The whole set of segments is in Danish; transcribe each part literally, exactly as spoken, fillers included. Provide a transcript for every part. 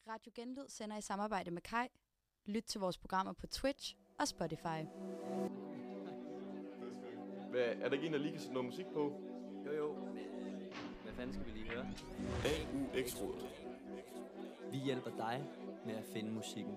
Radio Genlyd sender i samarbejde med Kai. Lyt til vores programmer på Twitch og Spotify. Hvad, er der ikke en, der lige kan sætte noget musik på? Jo jo, men hvad fanden skal vi lige høre? A U X-rådet. Vi hjælper dig med at finde musikken.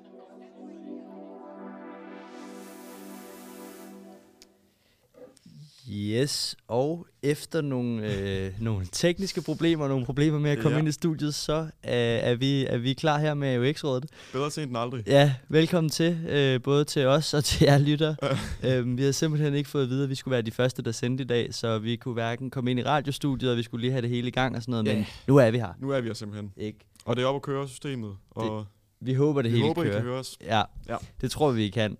Yes, og efter nogle, øh, nogle tekniske problemer, nogle problemer med at komme ja. ind i studiet, så øh, er, vi, er vi klar her med A U X-rådet. Bedre sent end aldrig. Ja, velkommen til, øh, både til os og til jer lytter. øhm, vi har simpelthen ikke fået at vide, at vi skulle være de første, der sendte i dag, så vi kunne hverken komme ind i radiostudiet, og vi skulle lige have det hele i gang og sådan noget, yeah. men nu er vi her. Nu er vi her simpelthen. Ikke? Og det er op at køre systemet. Og det, vi håber, det vi hele håber, kører. Vi håber, I kan høre os. Ja, ja, det tror vi, I kan.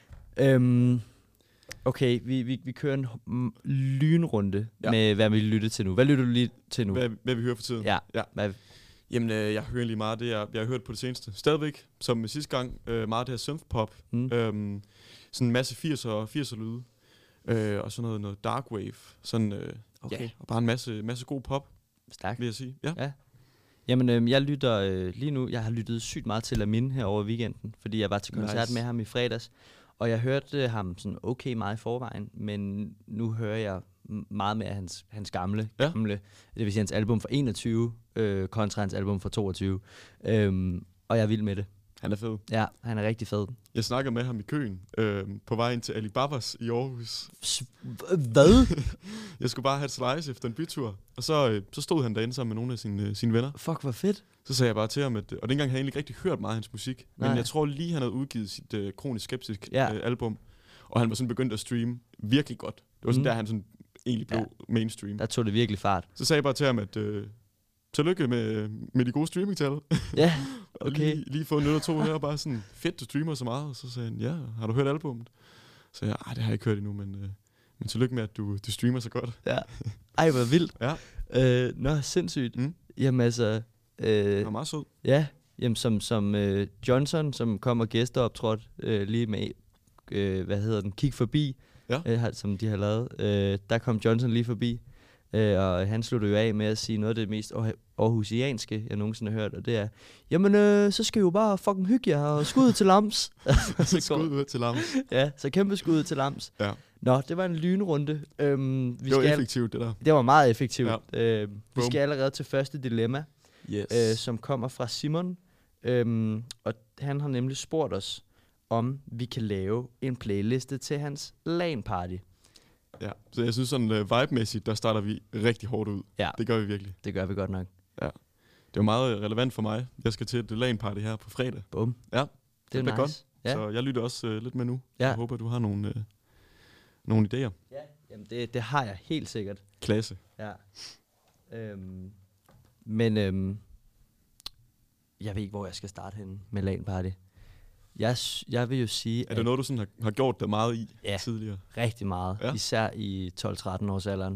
Øhm, Okay, vi, vi, vi kører en m- lynrunde ja. med, hvad vi lytter til nu. Hvad lytter du lige til nu? Hvad, hvad vi hører for tiden? Ja. ja. Hvad? Jamen, øh, jeg hører lige meget det, jeg, jeg har hørt på det seneste. Stadigvæk, som med sidste gang, øh, meget det her synthpop. Mm. Øhm, sådan en masse firser lyde. Øh, og sådan noget, noget dark wave. Sådan, øh, okay. Ja, og bare en masse, masse god pop. Stærkt. Vil jeg sige. Ja. ja. Jamen, øh, jeg lytter øh, lige nu, jeg har lyttet sygt meget til Lamin her over weekenden, fordi jeg var til koncert nice. med ham i fredags. Og jeg hørte ham sådan okay meget i forvejen, men nu hører jeg meget mere af hans, hans gamle, ja. gamle, det vil sige hans album fra enogtyve, øh, kontra hans album fra toogtyve. Øhm, og jeg er vild med det. Han er fed. Ja, han er rigtig fed. Jeg snakkede med ham i køen, øh, på vej ind til Alibabas i Aarhus. Hvad? Jeg skulle bare have et slice efter en bytur, og så, øh, så stod han derinde sammen med nogle af sine, øh, sine venner. Fuck, hvor fedt. Så sagde jeg bare til ham, at, og dengang havde jeg egentlig ikke rigtig hørt meget af hans musik, Nej. men jeg tror lige, han havde udgivet sit øh, Kronisk Skeptisk ja. øh, album, og han var sådan begyndt at streame virkelig godt. Det var sådan mm. der, han sådan egentlig blev ja. mainstream. Der tog det virkelig fart. Så sagde jeg bare til ham, at øh, tillykke med, med de gode streamingtal. Ja, okay. lige, lige få en eller to her, og bare sådan, fedt, du streamer så meget. Og så sagde han, ja, har du hørt albummet? Så sagde jeg, det har jeg ikke hørt endnu, men, øh, men tillykke med, at du, du streamer så godt. Ja. Ej, hvor vildt. Ja. Øh, nå, sindssygt. Mm. Jamen altså... Øh, han var meget sød. Ja, jamen som, som øh, Johnson, som kom og gæsteoptrådte øh, lige med, øh, hvad hedder den, Kig Forbi, ja. øh, som de har lavet. Øh, der kom Johnson lige forbi, øh, og han sluttede jo af med at sige noget af det mest aarhusianske, jeg nogensinde har hørt, og det er, jamen øh, så skal I jo bare fucking hygge jer og skud til Lams. Skud ud til Lams. Ja, så kæmpe skud til Lams. Ja. Nå, det var en lynrunde. Øhm, vi det var skal effektivt, det der. Det var meget effektivt. Ja. Øh, vi Boom. skal allerede til første dilemma. Yes. Øh, som kommer fra Simon, øhm, og han har nemlig spurgt os, om vi kan lave en playliste til hans LAN-party. Ja, så jeg synes sådan uh, vibe-mæssigt, der starter vi rigtig hårdt ud. Ja. Det gør vi virkelig. Det gør vi godt nok. Ja. Det er jo meget relevant for mig. Jeg skal til et LAN-party her på fredag. Bum. Ja, det, det bliver nice. godt. Ja. Så jeg lytter også uh, lidt med nu. Ja. Jeg håber, du har nogle, uh, nogle idéer. Ja, jamen det, det har jeg helt sikkert. Klasse. Ja. Øhm. Men øhm, jeg ved ikke, hvor jeg skal starte henne med LAN-party. Jeg, jeg vil jo sige... Er det noget, du sådan har, har gjort dig meget i ja, tidligere? rigtig meget. Ja. Især i tolv tretten års alderen.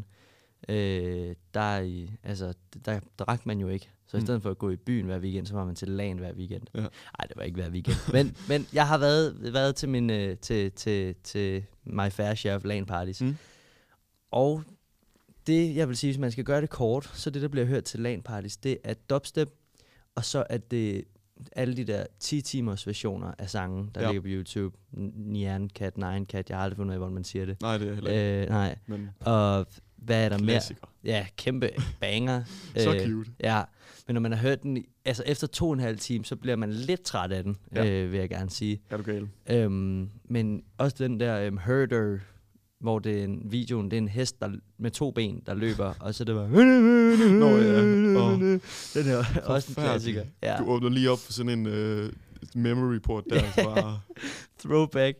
Øh, der, i, altså, der drak man jo ikke. Så i stedet mm. for at gå i byen hver weekend, så var man til LAN hver weekend. Nej, ja. det var ikke hver weekend. men, men jeg har været, været til, min, øh, til, til, til my fair share of LAN-parties. Mm. Og... det, jeg vil sige, hvis man skal gøre det kort, så det, der bliver hørt til LAN-parties, det er dubstep, og så er det alle de der ti timers versioner af sange, der ja. ligger på YouTube. Nyan Cat, Nine Cat, jeg har aldrig fundet ud af, hvordan man siger det. Nej, det er heller ikke. Øh, nej. Men og hvad er der klassiker. mere? Ja, kæmpe banger. Så øh, cute. Ja, men når man har hørt den, altså efter to og en halv time, så bliver man lidt træt af den, ja. øh, vil jeg gerne sige. Er du gal? Øhm, men også den der um, Herder, hvor det er en videoen, det er en hest der, med to ben, der løber, og så det var... Nå ja, oh. Den er også en klassiker. Ja. Du åbner lige op for sådan en uh, memory port der, så bare... Throwback.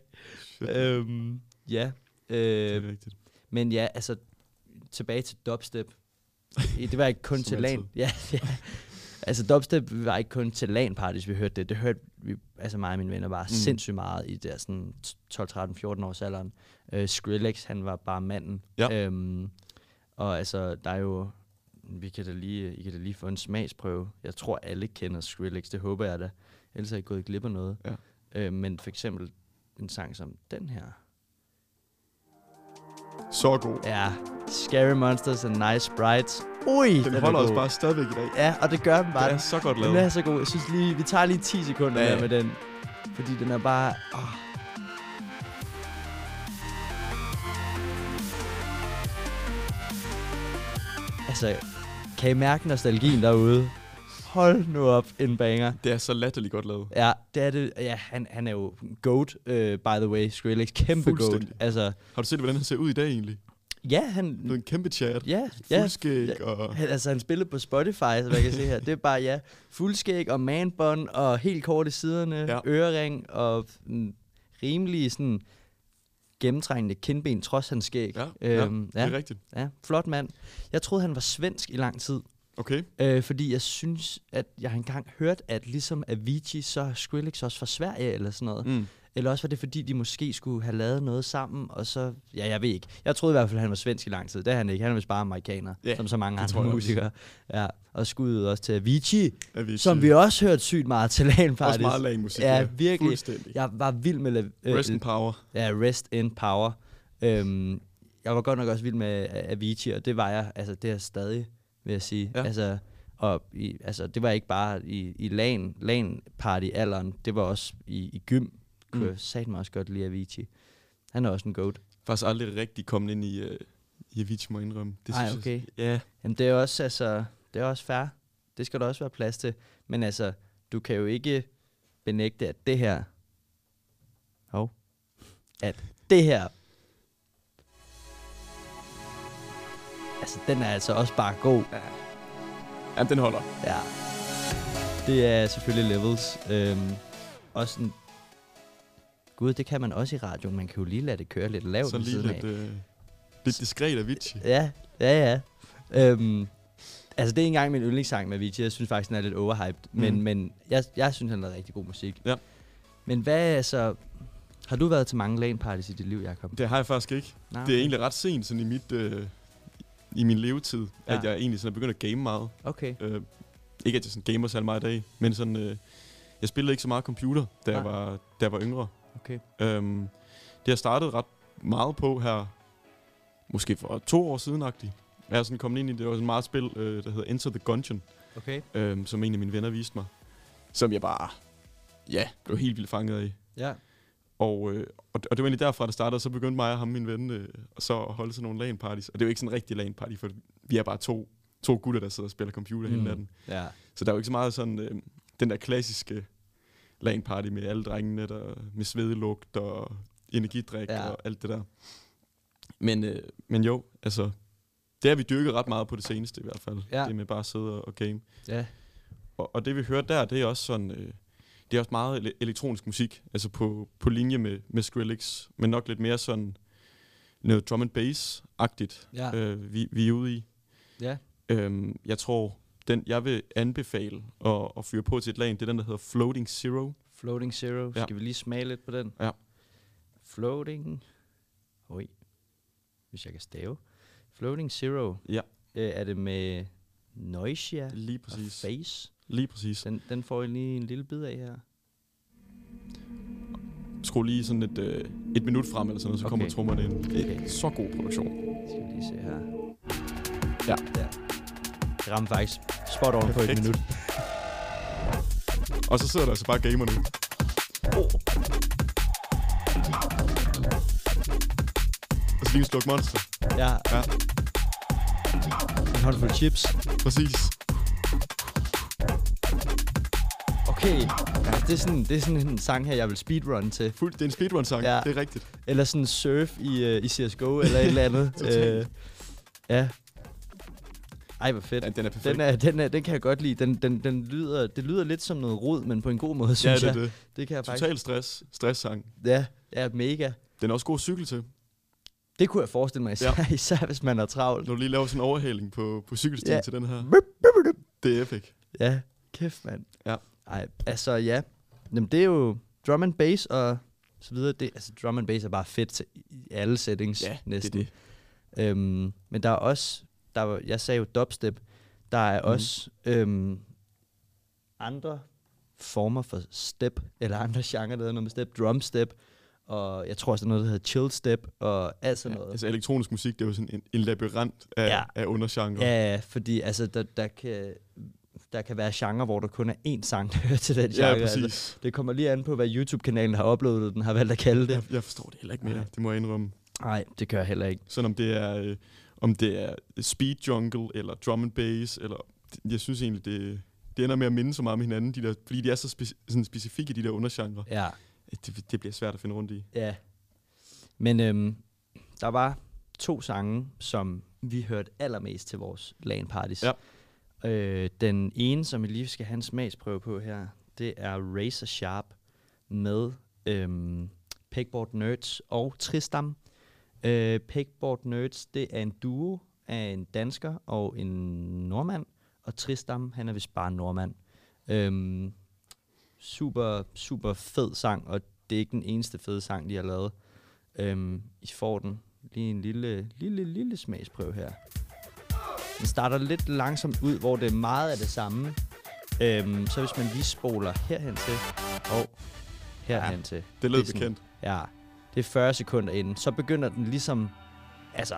Øhm, ja. Øh, det er rigtigt. Men ja, altså, tilbage til dubstep. Det var ikke kun til LAN. Ja, ja. Altså, dubstep var ikke kun til LAN-parties, vi hørte det. Det hørte vi, altså mig og mine venner, bare mm. sindssygt meget i der sådan tolv tretten fjorten års alderen. Uh, Skrillex, han var bare manden. Ja. Øhm, og altså, der er jo... Vi kan da lige, I kan da lige få en smagsprøve. Jeg tror, alle kender Skrillex, det håber jeg da. Ellers har jeg gået glip af noget. Ja. Øh, men for eksempel en sang som den her. Så god. Ja, Scary Monsters and Nice Sprites. Ui, den, den holder os bare stadigvæk i dag. Ja, og det gør den bare. Det er så godt lavet. Den er så god. Jeg synes lige, vi tager lige ti sekunder ja. der med den. Fordi den er bare... Oh. Altså, kan I mærke nostalgien derude? Hold nu op, en banger. Det er så latterligt godt lavet. Ja, det er det. Ja, han, han er jo GOAT, uh, by the way. Skrillex, kæmpe GOAT. Altså, har du set, hvordan han ser ud i dag egentlig? Ja, han... Det er en kæmpe chat. Ja, fuldskæg ja, og... Han, altså, han spillede på Spotify, så hvad jeg kan se her. Det er bare, ja, fuldskæg og manbånd og helt kort i siderne, ja. Ørering og mm, rimelig sådan gennemtrængende kindben, trods hans skæg. Ja, øhm, ja, det er ja. rigtigt. Ja, flot mand. Jeg troede, han var svensk i lang tid. Okay. Øh, fordi jeg synes, at jeg har engang hørt, at ligesom Avicii, så er Skrillex også fra Sverige eller sådan noget. Mm. Eller også var det, fordi de måske skulle have lavet noget sammen, og så... Ja, jeg ved ikke. Jeg troede i hvert fald, at han var svensk i lang tid. Det er han ikke. Han er vist bare amerikaner, yeah, som så mange andre musikere. Ja, og skuddet også til Avicii, Avicii, som vi også hørte sygt meget til LAN parties. Også meget LAN-musik. Ja, virkelig. Jeg var vild med... Øh, rest in power. Ja, rest in power. Øhm, jeg var godt nok også vild med Avicii, og det var jeg, altså det er stadig, vil jeg sige. Ja. Altså, og i, altså, det var ikke bare i, i LAN, LAN-party-alderen, det var også i, i gym. Kunne mm. jeg satme også godt lide Avicii. Han er også en goat. Faktisk aldrig rigtig kommet ind i, uh, i Avicii, må indrømme. Det Ej, okay. Ja. Yeah. Jamen, det er også, altså, det er også fair. Det skal der også være plads til. Men altså, du kan jo ikke benægte, at det her... Hov. At det her... Altså, den er altså også bare god. Ja. Jamen, den holder. Ja. Det er selvfølgelig levels. Øhm, også en... Gud, det kan man også i radioen. Man kan jo lige lade det køre lidt lavt. Så lige lidt, øh, lidt diskret Avicii. Ja, ja, ja. Øhm, altså, det er ikke engang min yndlingssang med Avicii. Jeg synes faktisk, den er lidt overhyped. Mm. Men, men jeg, jeg synes, han er rigtig god musik. Ja. Men hvad altså... Har du været til mange LAN-parties i dit liv, Jacob? Det har jeg faktisk ikke. Nej, okay. Det er egentlig ret sent sådan i, mit, øh, i min levetid, ja. At jeg egentlig sådan er begyndt at game meget. Okay. Øh, ikke at jeg sådan gamer så meget i dag, men sådan... Øh, jeg spillede ikke så meget computer, da, jeg var, da jeg var yngre. Okay. Øhm, det har startet ret meget på her, måske for to år siden-agtigt. Jeg er sådan kommet ind i, det var sådan et meget spil, øh, der hedder Enter the Gungeon, okay. øhm, som en af mine venner viste mig, som jeg bare, ja, blev helt vildt fanget af. Ja. Og, øh, og, og det var egentlig derfra, det startede, og så begyndte mig og ham, min ven, øh, og så at holde sådan nogle LAN-parties. Og det er jo ikke sådan en rigtig LAN-party, for vi er bare to, to gutter, der sidder og spiller computer mm. hele natten. Ja. Så der er jo ikke så meget sådan, øh, den der klassiske LAN-party med alle drengene, der med svedelugt og energidrik ja. Og alt det der. Men, øh, men jo, altså, det har vi dyrket ret meget på det seneste i hvert fald. Ja. Det med bare at sidde og game. Ja. Og, og det vi hørte der, det er også sådan, øh, det er også meget ele- elektronisk musik, altså på, på linje med, med Skrillex, men nok lidt mere sådan noget drum and bass-agtigt, ja. øh, vi, vi er ude i. Ja. Øhm, jeg tror, den jeg vil anbefale at, at fyre på til et LAN, det er den, der hedder Floating Zero. Floating Zero. Ja. Skal vi lige smage lidt på den? Ja. Floating... Oi. Hvis jeg kan stave. Floating Zero. Ja. Øh, er det med Noisia lige præcis. Og Face? Lige præcis. Den, den får jeg lige en lille bid af her. Skru lige sådan et, øh, et minut frem, eller sådan noget, så okay. kommer trommerne ind. Okay. Så god produktion. Skal vi lige se her. Ja. Der. Det rammer faktisk spot on på et minut. Og så sidder der altså bare gamer nu. Oh. Og så lige en sluk monster. Ja. Ja. En håndfuld chips. Præcis. Okay. Ja, det, er sådan, det er sådan en sang her, jeg vil speedrun til. Fuld, det er en speedrun-sang, ja. Det er rigtigt. Eller sådan surf i, uh, i C S G O eller et eller andet. uh, ja. Ej, hvor fedt. Ja, den er perfekt. Den, er, den, er, den kan jeg godt lide. Den, den, den lyder, det lyder lidt som noget rod, men på en god måde, synes ja, det, jeg. Det. Det kan jeg Total faktisk... stress. Stress-sang. Ja, ja, mega. Den er også god at cykle til. Det kunne jeg forestille mig, især, ja. især hvis man er travlt. Når du lige laver sådan en overhaling på, på cykelstien ja. Til den her. Det er epic. Ja, kæft, mand. Ja. Ej, altså ja. Jamen, det er jo drum and bass og så videre. Det, altså, drum and bass er bare fedt til, i alle settings ja, næsten. Det er det. Øhm, men der er også, der var, jeg sagde jo dubstep, der er mm. også øhm, andre former for step, eller andre genre, der hedder noget med step, drumstep, og jeg tror også, der er noget, der hedder chill step, og alt sådan ja, noget. Altså elektronisk musik, det er jo sådan en, en labyrint af, ja. af undergenre. Ja, fordi altså, der, der, kan, der kan være genre, hvor der kun er én sang, der hører til den genre. Ja, præcis. Altså, det kommer lige an på, hvad YouTube-kanalen har uploadet, den har valgt at kalde det. Jeg, jeg forstår det heller ikke mere, Nej. det må jeg indrømme. Nej, det gør jeg heller ikke. Sådan om det er, øh, om det er speed jungle, eller drum and bass, eller... Jeg synes egentlig, det, det ender med at minde så meget om hinanden, de der, fordi de er så speci- sådan specifikke, de der undergenre. Ja. Det, det bliver svært at finde rundt i. Ja. Men øhm, der var to sange, som vi hørte allermest til vores LAN-parties. Ja. Øh, den ene, som vi lige skal have en smagsprøve på her, det er Razor Sharp med øhm, Pegboard Nerds og Tristam. Øh, Pegboard Nerds, det er en duo af en dansker og en nordmand, og Tristam, han er vist bare nordmand. Øhm, super, super fed sang, og det er ikke den eneste fede sang, de har lavet. Øhm, I får den lige en lille, lille, lille smagsprøve her. Den starter lidt langsomt ud, hvor det er meget af det samme. Øhm, så hvis man lige spoler herhen til, og herhen ja, til. Det lød det bekendt. Ja, det er fyrre sekunder inden. Så begynder den ligesom, altså...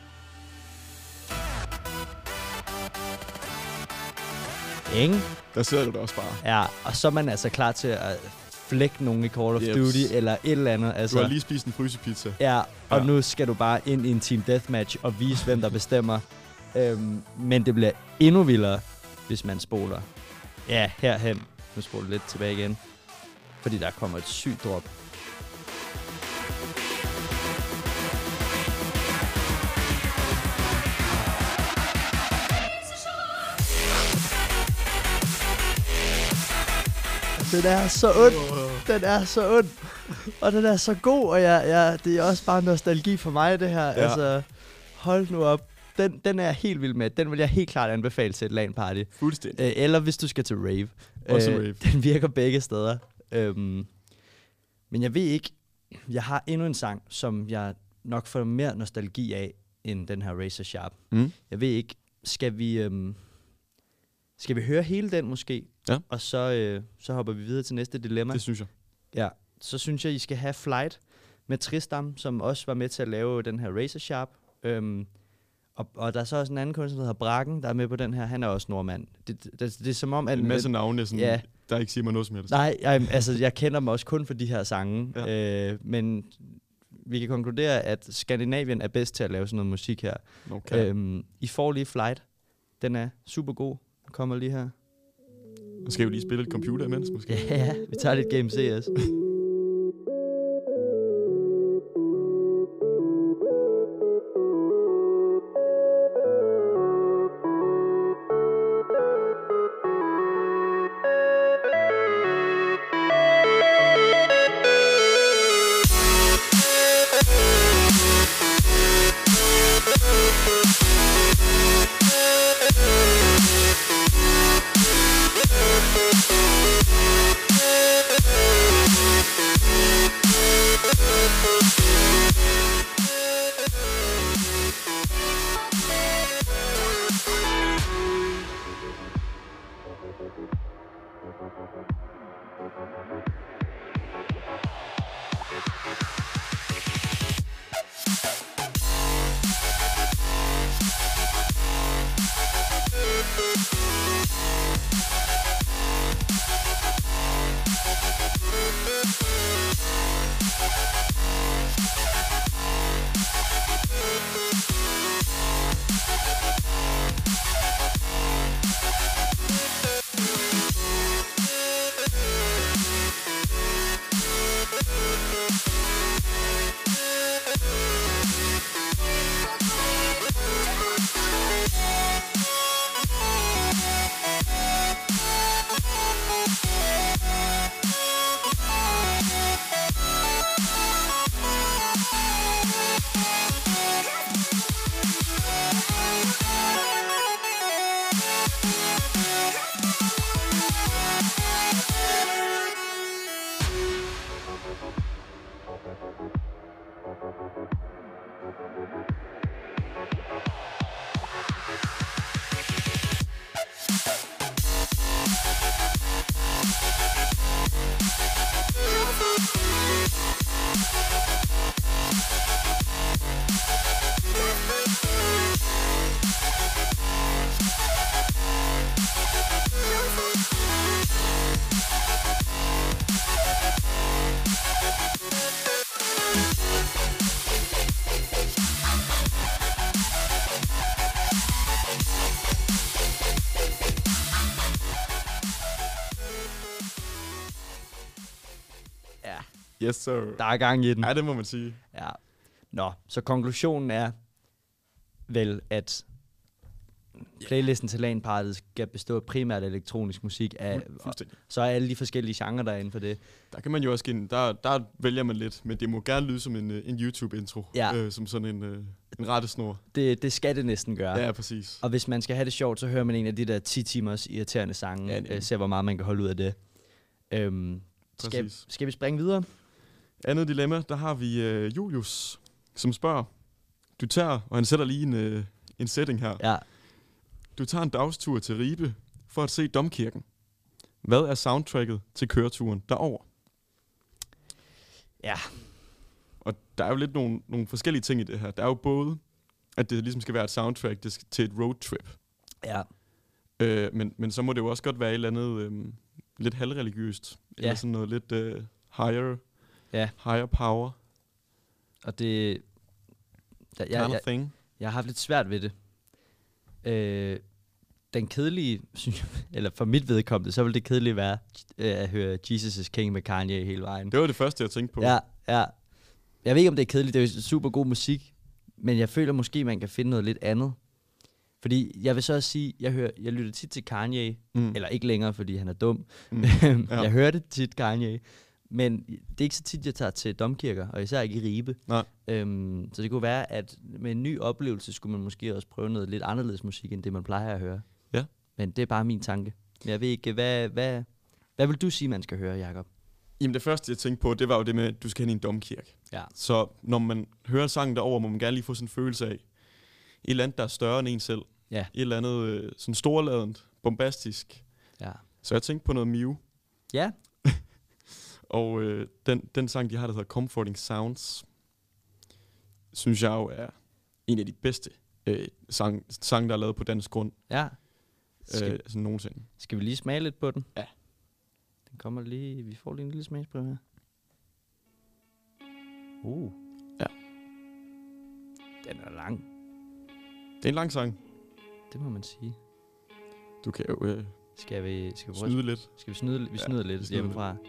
Ingen? Der sidder du da også bare. Ja, og så er man altså klar til at flække nogen i Call of Jeps. Duty, eller et eller andet. Altså. Du har lige spist en frysepizza. Ja, og ja. nu skal du bare ind i en Team Deathmatch og vise, hvem der bestemmer. Øhm, men det bliver endnu vildere, hvis man spoler. Ja, herhen. Nu spoler lidt tilbage igen. Fordi der kommer et sygt drop. Den er så ond. Den er så ond. Og den er så god, og jeg, jeg, det er også bare nostalgi for mig, det her. Ja. Altså, hold nu op. Den, den er jeg helt vild med. Den vil jeg helt klart anbefale til et LAN-party. Fuldstændig. Øh, eller hvis du skal til rave. Også øh, rave. Den virker begge steder. Øhm, men jeg ved ikke, jeg har endnu en sang, som jeg nok får mere nostalgi af, end den her Razor Sharp. Mm. Jeg ved ikke, skal vi... Øhm, Skal vi høre hele den måske? Ja. Og så, øh, så hopper vi videre til næste dilemma. Det synes jeg. Ja, så synes jeg, I skal have Flight med Tristam, som også var med til at lave den her Razor Sharp. Øhm, og, og der er så også en anden kunstner, der hedder Brakken, der er med på den her. Han er også nordmand. Det, det, det, det er som om... At, en masse navne, sådan, ja. der ikke siger mig noget som helst. Nej, jeg, altså jeg kender dem også kun for de her sange. Ja. Øh, men vi kan konkludere, at Skandinavien er bedst til at lave sådan noget musik her. Okay. Øhm, I får lige Flight. Den er super god. Den kommer lige her. Og skal vi lige spille et computer imens, måske? Ja, vi tager lidt Game C S. Yes, sir. Der er gang i den. Ja, det må man sige. Ja. Nå, så konklusionen er vel, at playlisten til LAN-partiet skal bestå primært af elektronisk musik. Af, så er alle de forskellige genrer, der er inden for det. Der kan man jo også ind, der, der vælger man lidt, men det må gerne lyde som en, en YouTube-intro. Ja. Øh, som sådan en, øh, en rettesnor. Det, det skal det næsten gøre. Ja, præcis. Og hvis man skal have det sjovt, så hører man en af de der ti timers irriterende sange. Ja, øh, ser, hvor meget man kan holde ud af det. Øhm, skal, skal vi springe videre? Andet dilemma, der har vi øh, Julius, som spørger. Du tager, og han sætter lige en, øh, en setting her. Ja. Du tager en dagstur til Ribe for at se Domkirken. Hvad er soundtracket til køreturen derover? Ja. Og der er jo lidt nogle, nogle forskellige ting i det her. Der er jo både, at det ligesom skal være et soundtrack det skal, til et roadtrip. Ja. Øh, men, men så må det jo også godt være et eller andet øh, lidt halvreligiøst. Ja. Eller sådan noget lidt øh, higher, ja. higher power. Og det... Der, jeg, jeg, jeg, jeg har haft lidt svært ved det. Øh, den kedelige, eller for mit vedkommende, så vil det kedelige være øh, at høre Jesus is King med Kanye hele vejen. Det var det første, jeg tænkte på. Ja, ja. Jeg ved ikke, om det er kedeligt. Det er jo super god musik. Men jeg føler måske, man kan finde noget lidt andet. Fordi jeg vil så også sige, jeg hører, jeg lytter tit til Kanye. Mm. Eller ikke længere, fordi han er dum. Mm. Ja. Jeg hører det tit Kanye. Men det er ikke så tit, jeg tager til domkirker, og især ikke i Ribe. Nej. Øhm, så det kunne være, at med en ny oplevelse skulle man måske også prøve noget lidt anderledes musik, end det man plejer at høre. Ja. Men det er bare min tanke. Men jeg ved ikke, hvad, hvad, hvad vil du sige, man skal høre, Jacob? Jamen det første, jeg tænkte på, det var jo det med, at du skal hen i en domkirke. Ja. Så når man hører sangen derover, må man gerne lige få sådan en følelse af et eller andet, der er større end en selv. Ja. Et eller andet øh, sådan storladent, bombastisk. Ja. Så jeg tænkte på noget Mew. Ja. Og øh, den, den sang, de har, der hedder Comforting Sounds, synes jeg jo er en af de bedste øh, sang, sang, der er lavet på dansk grund. Ja. Skal, øh, altså nogensinde. Skal vi lige smage lidt på den? Ja. Den kommer lige, vi får lige en lille smagsprøve her. Uh. Ja. Den er lang. Det er en lang sang. Det må man sige. Du kan jo øh, skal vi, skal vi snyde lidt. Skal vi snyde, vi snyder ja, lidt snyder hjemmefra. Lidt.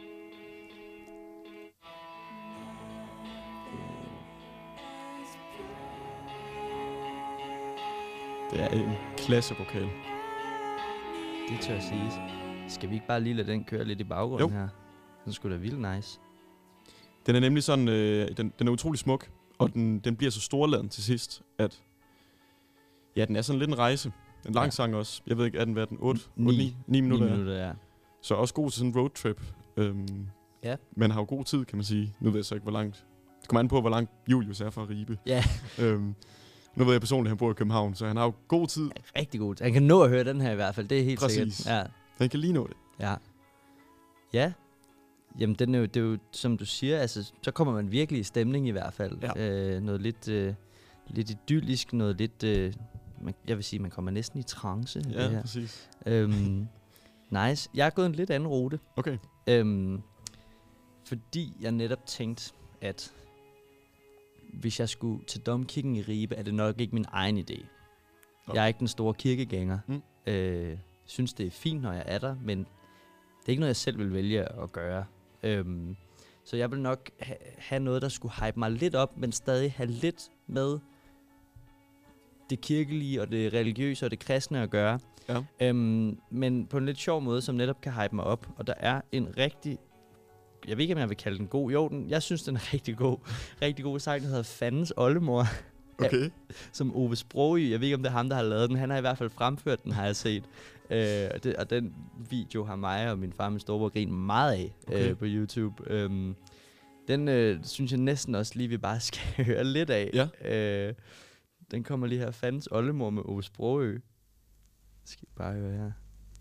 Det er en klassevokal. Det tør at sige. Skal vi ikke bare lige lade den køre lidt i baggrunden jo. Her? Den skulle da vildt nice. Den er nemlig sådan, øh, den, den er utrolig smuk, og den, den bliver så storladen til sidst, at ja, den er sådan lidt en rejse. En lang ja. sang også. Jeg ved ikke, er den været den otte, ni, ni minutter? ni minutter, ja. Så også god til sådan en roadtrip. Øhm, ja. Man har jo god tid, kan man sige. Nu ved jeg så ikke, hvor langt. Det kommer an på, hvor langt Julius er fra Ribe. Ja. øhm, Nu ved jeg personligt, at han bor i København, så han har jo god tid. Ja, rigtig god tid. Han kan nå at høre den her i hvert fald, det er helt Præcis. sikkert. Ja. Han kan lige nå det. Ja. Ja. Jamen, den er jo, det er jo, som du siger, altså, så kommer man virkelig i stemning i hvert fald. Ja. Øh, noget lidt, øh, lidt idyllisk, noget lidt, øh, man, jeg vil sige, man kommer næsten i trance. Ja, det her. præcis. Øhm, nice. Jeg har gået en lidt anden rute. Okay. Øhm, fordi jeg netop tænkte, at hvis jeg skulle til domkirken i Ribe, er det nok ikke min egen idé. Okay. Jeg er ikke den store kirkegænger. Mm. Øh, synes, det er fint, når jeg er der, men det er ikke noget, jeg selv vil vælge at gøre. Øhm, så jeg vil nok ha- have noget, der skulle hype mig lidt op, men stadig have lidt med det kirkelige og det religiøse og det kristne at gøre. Ja. Øhm, men på en lidt sjov måde, som netop kan hype mig op. Og der er en rigtig... Jeg ved ikke, om jeg vil kalde den god. Jo, den, jeg synes, den er rigtig god. Rigtig god sang, der hedder Fandens Oldemor. Okay. Ja, som Ove Sprogøe. Jeg ved ikke, om det er ham, der har lavet den. Han har i hvert fald fremført den, har jeg set. Øh, og, det, og den video har mig og min far og min storebror grint meget af okay. øh, på YouTube. Øhm, den øh, synes jeg næsten også lige, vi bare skal høre lidt af. Ja. Øh, den kommer lige her. Fandens Oldemor med Ove Sprogøe. Skal I bare høre her.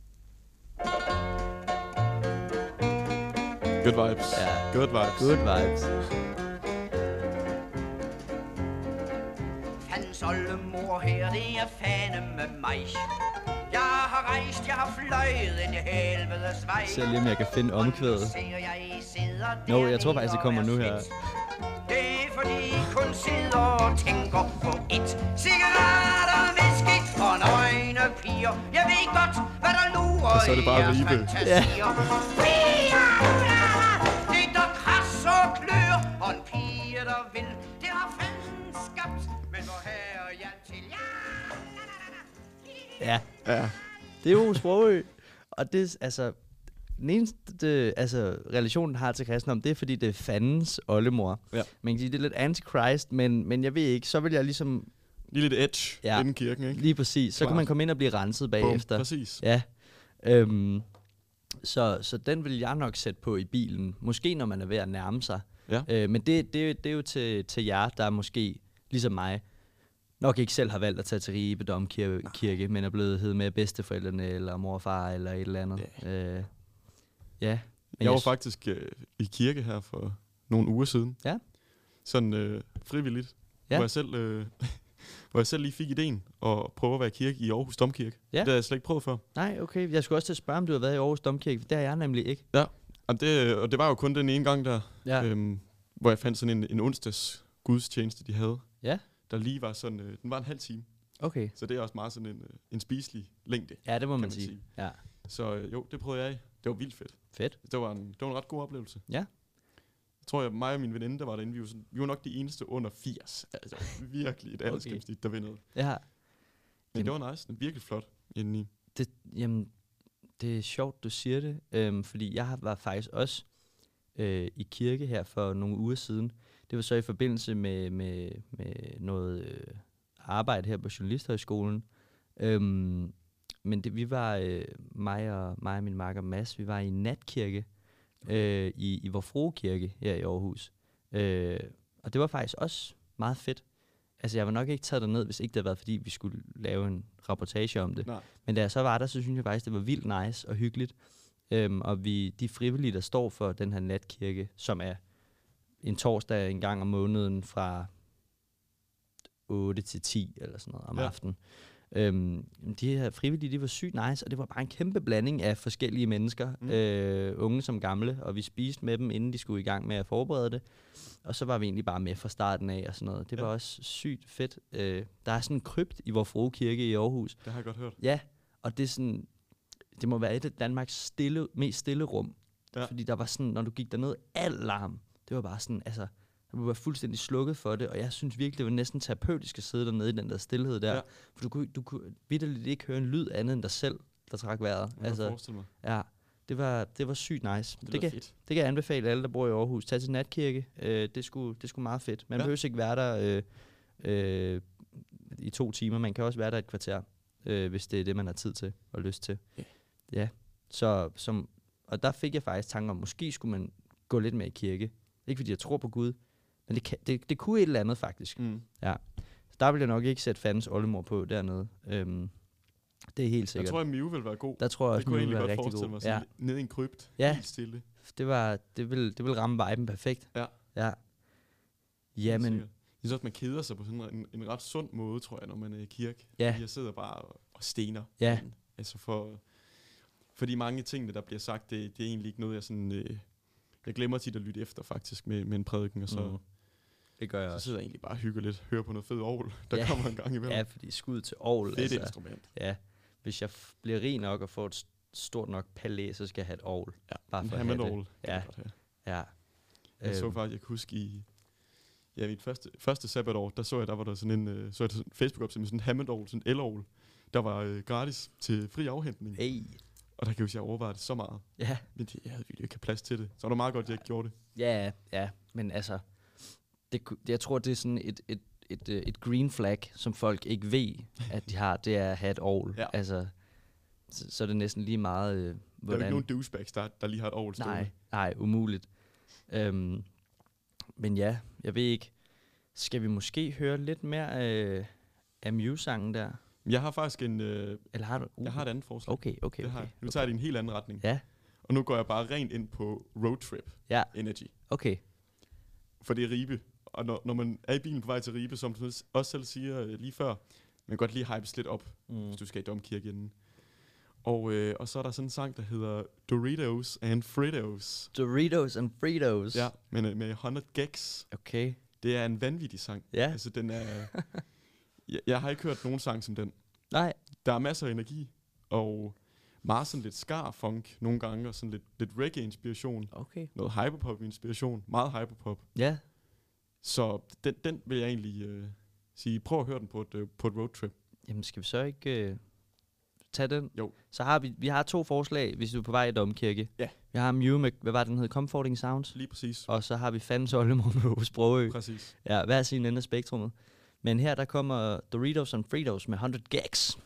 Good vibes. Ja. Good vibes. Good vibes. Fandens oldemor her, det er fandeme mig. Jeg har rejst, jeg har fløjet ind i helvedes vej. Se lige, om jeg kan finde omkvædet. Nå, no, jeg tror faktisk, det kommer nu her. Det er fordi I kun sidder og tænker på et. Cigaretter, whisky og nøgne piger. Jeg ved godt, hvad der lurer og så er det bare i jeres Ribe. fantasier. Ja. Det der kras og siger der vil. Det har fanden skabt, men hvor herre Jan til ja. Ja, Ja. det er jo Sprogø. Og det, altså, den eneste det, altså, relationen har til kristendom, det er, fordi det er fandens oldemor. Ja. Man kan sige, det er lidt anti-Christ, men, men jeg ved ikke, så vil jeg ligesom... Lige lidt edge Ja. inden kirken, ikke? Lige præcis. Så Klart. kan man komme ind og blive renset bagefter. Bum, præcis. Ja. Øhm, så, så den vil jeg nok sætte på i bilen. Måske når man er ved at nærme sig. Ja. Øh, men det, det, det er jo til, til jer, der måske, ligesom mig, nok ikke selv har valgt at tage til Ribe Domkirke, kirke, men er blevet hed med bedsteforældrene, eller mor og far, eller et eller andet. Øh, ja. Men Jeg var s- faktisk øh, i kirke her for nogle uger siden. Ja. Sådan øh, frivilligt. Ja. Hvor, jeg selv, øh, hvor jeg selv lige fik ideen at prøve at være i kirke i Aarhus Domkirke. Ja. Det har jeg slet ikke prøvet før. Nej, okay. Jeg skulle også til at spørge, om du har været i Aarhus Domkirke, for det har jeg nemlig ikke. Jamen det, og det var jo kun den ene gang der, Ja. øhm, hvor jeg fandt sådan en, en onsdags gudstjeneste, de havde. Ja. Der lige var sådan, øh, den var en halv time. Okay. Så det er også meget sådan en, øh, en spiselig længde. Ja, det må man, man sige. sige. Ja. Så øh, jo, det prøvede jeg af. Det var vildt fedt. Fedt. Det var en, det var en ret god oplevelse. Ja. Jeg tror, jeg, mig og min veninde, der var derinde, vi var, sådan, vi var nok de eneste under firs. Altså virkelig et aldersgennemsnit, der vindede. Ja. Men Jamen. det var nice. Det var virkelig flot indeni. Det, jamen, det er sjovt, du siger det, øhm, fordi jeg har- var faktisk også øh, i kirke her for nogle uger siden. Det var så i forbindelse med, med, med noget øh, arbejde her på Journalisthøjskolen. Øhm, men det, vi var, øh, mig, og, mig og min makker Mads, vi var i natkirke øh, i, i Vor Frue Kirke her i Aarhus. Øh, og det var faktisk også meget fedt. Altså, jeg var nok ikke taget derned, hvis ikke det havde været, fordi vi skulle lave en rapportage om det. Nej. Men da jeg så var der, så synes jeg faktisk, det var vildt nice og hyggeligt. Øhm, og vi, de frivillige, der står for den her natkirke, som er en torsdag en gang om måneden fra otte til ti eller sådan noget om Ja. ja. aftenen. Øhm, de her frivillige, de var sygt nice, og det var bare en kæmpe blanding af forskellige mennesker, Mm. mm. øh, unge som gamle, og vi spiste med dem, inden de skulle i gang med at forberede det. Og så var vi egentlig bare med fra starten af og sådan noget. Det Ja. var også sygt fedt. Øh, der er sådan en krypt i Vor Frue Kirke i Aarhus. Det har jeg godt hørt. Ja, og det er sådan, det må være et af Danmarks stille, mest stille rum. Ja. Ja. Fordi der var sådan, når du gik derned, al larm. Det var bare sådan, altså, der var fuldstændig slukket for det, og jeg synes virkelig, det var næsten terapeutisk at sidde dernede i den der stillhed der. Ja. Ja. For du kunne, du kunne vitterligt ikke høre en lyd andet end dig selv, der trak vejret. Jeg kan Altså, forestille mig. ja, det var, det var sygt nice. Det, Det, det, det kan, fedt. det kan jeg anbefale alle, der bor i Aarhus. Tag til natkirke. Øh, det, skulle, det skulle meget fedt. Man Ja. ja. behøver ikke være der øh, øh, i to timer. Man kan også være der et kvarter, øh, hvis det er det, man har tid til og lyst til. Ja. Ja. Så, som, og der fik jeg faktisk tanker om, måske skulle man gå lidt mere i kirke. Ikke fordi jeg tror på Gud, men det, kan, det, det kunne et eller andet faktisk. Mm. Så der vil jeg nok ikke sætte fandens oldemor på dernede. Øhm, det er helt Jeg sikkert. tror, at Miu vil være god. der tror jeg Det også, kunne jeg den ville egentlig være godt rigtig forestille god. mig. Sådan Ja. ja. Nede i en krypt. Ja. Helt stille. Det var, det vil, det vil ramme viben perfekt. Ja. Ja. Helt Jamen, sikkert. Jeg synes også, man keder sig på sådan en, en ret sund måde, tror jeg, når man er i kirke. Ja. Fordi jeg sidder bare og, og stener. Ja. Men, altså for, fordi mange af tingene, der bliver sagt, det, det er egentlig ikke noget, jeg sådan... Øh, jeg glemmer tit at lytte efter, faktisk, med, med en prædiken, og så, Mm. det gør jeg så også. sidder jeg egentlig bare og hygger lidt, hører på noget fedt orgel, der Ja. kommer en gang imellem. Ja, fordi skud til Aarhus. Fedt altså. Instrument. Ja, hvis jeg f- bliver rig nok og får et st- stort nok palæ, så skal jeg have et Aarhus. Ja, Bare en for at have Hammond det. orgel. Ja. Ja. Jeg så Øhm, faktisk, jeg kan huske i ja, mit første, første sabbatår, der så jeg, der var der sådan en, øh, så jeg sådan en Facebook-opstilling med sådan en Hammond-orgel, sådan en el-orgel, der var øh, gratis til fri afhentning. Hey. Og der kan jeg huske, jeg overvejede det så meget. Ja. Men det, jeg havde virkelig ikke have plads til det. Så var det meget godt, at jeg ikke gjorde det. Ja, ja, men altså, det, ku- jeg tror, det er sådan et, et, et, et, et green flag, som folk ikke ved, at de har, det er at have et Aarhus. Ja. Altså, så, så er det næsten lige meget, øh, Der er jo hvordan... ikke nogen douchebags, der, der lige har et orgel stående. Nej, nej, umuligt. Øhm, men ja, jeg ved ikke, skal vi måske høre lidt mere af, af Mew-sangen der? Jeg har faktisk en, øh, Eller har du... Uh, jeg har et andet forslag. Okay, okay, Det har okay. jeg. Nu tager jeg det i en helt anden retning. Ja, Og nu går jeg bare rent ind på roadtrip ja, energy. okay. For det er Ribe. Og når, når man er i bilen på vej til Ribe, som du også selv siger øh, lige før, man kan godt lige hypes lidt op, Mm. hvis du skal i domkirke inden. Og, øh, og så er der sådan en sang, der hedder Doritos and Fritos. Doritos and Fritos. Ja, med, med hundrede gags. Okay. Det er en vanvittig sang. Ja. Altså, den er... jeg, jeg har ikke hørt nogen sang som den. Nej. Der er masser af energi, og meget sådan lidt skar-funk nogle gange, og sådan lidt, lidt reggae-inspiration. Okay. Noget hyperpop-inspiration. Meget hyperpop. Ja. Så den, den vil jeg egentlig øh, sige, prøv at høre den på et, øh, på et roadtrip. Jamen, skal vi så ikke øh, tage den? Jo. Så har vi, vi har to forslag, hvis du er på vej i Domkirke. Ja. Vi har Mew med, hvad var det, den hed? Comforting Sounds. Lige præcis. Og så har vi Fandens Oldemor med Sprogø. Præcis. Ja, hver sin ende af spektrummet. Men her, der kommer Doritos and Fritos med hundrede gags.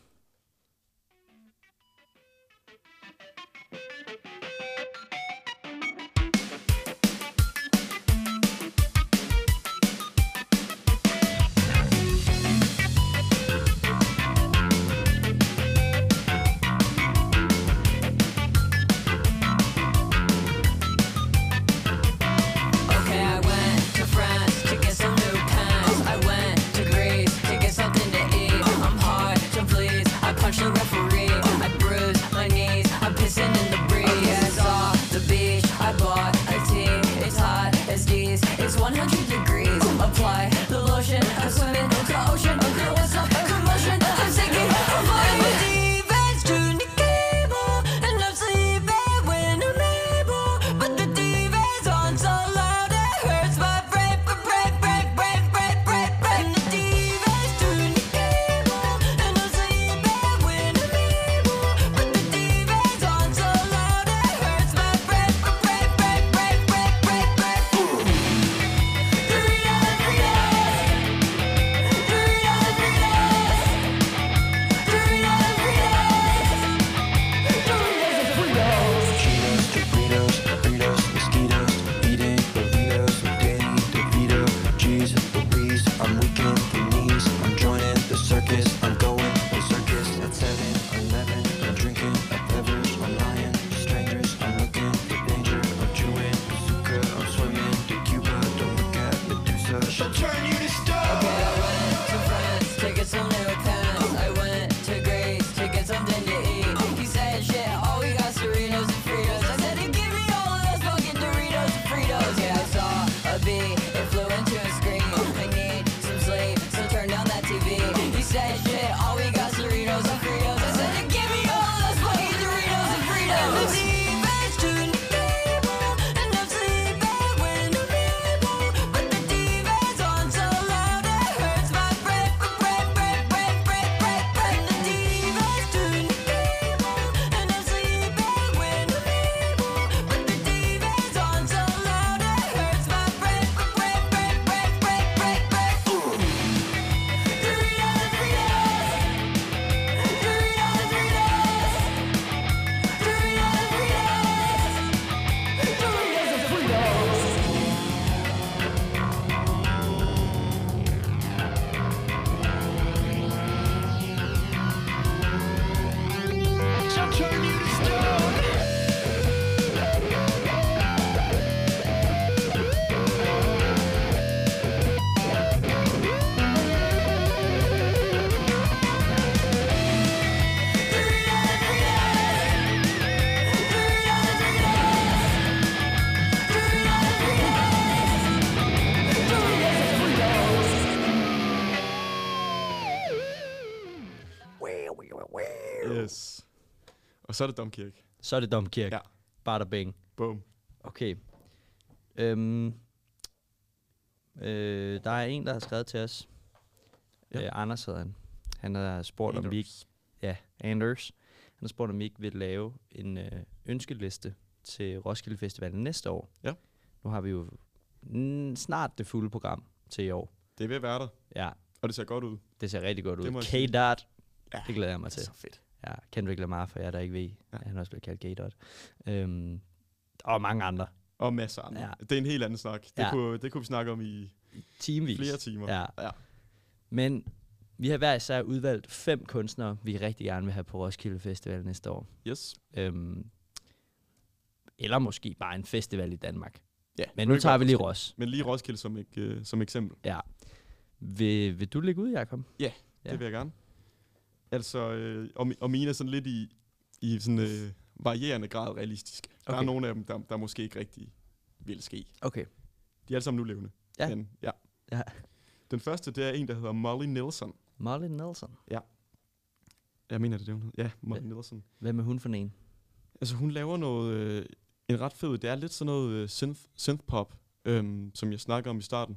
Yes. Og så er det Domkirke. Så er det Domkirke. Ja. Bada bing. Boom. Okay. Øhm, øh, der er en, der har skrevet til os. Ja. Øh, Anders hedder han. Han har spurgt, Anders. om vi ikke... Ja, Anders. Han har spurgt, om vi ikke vil lave en øh, ønskeliste til Roskilde Festivalen næste år. Ja. Nu har vi jo mm, snart det fulde program til i år. Det er ved at være der. Ja, Og det ser godt ud. det ser rigtig godt Det må ud. jeg sige. K-Dot. Ja, Det glæder jeg mig til. så fedt. Ja, Kendrick Lamar, for jer, der ikke ved. Ja. Ja. Han er også blevet kaldt K-Dot. Øhm, og mange andre. Og masser af andre. Ja. Det er en helt anden snak. Det, Ja. kunne, det kunne vi snakke om i Teamvis. flere timer. Ja. ja. Men vi har hver især udvalgt fem kunstnere, vi rigtig gerne vil have på Roskilde Festival næste år. Yes. Øhm, eller måske bare en festival i Danmark. Ja, Men nu tager vi lige Ros. Men lige Roskilde som, ek, øh, som eksempel. Ja. Vil, vil du lægge ud, Jacob? Ja, Ja. det vil jeg gerne. Altså, øh, og, mi- og mine er sådan lidt i, i sådan øh, varierende grad realistiske. Der Okay. er nogle af dem, der, der måske ikke rigtig vil ske. Okay. De er alle sammen nu levende. Ja. Men, ja. Ja. Den første, det er en, der hedder Molly Nelson. Molly Nelson. Jeg mener, det er det, hun hedder. Ja, Molly Nelson. Hvem er hun for en? Altså, hun laver noget, øh, en ret fed, det er lidt sådan noget øh, synth, synth-pop, øhm, som jeg snakker om i starten.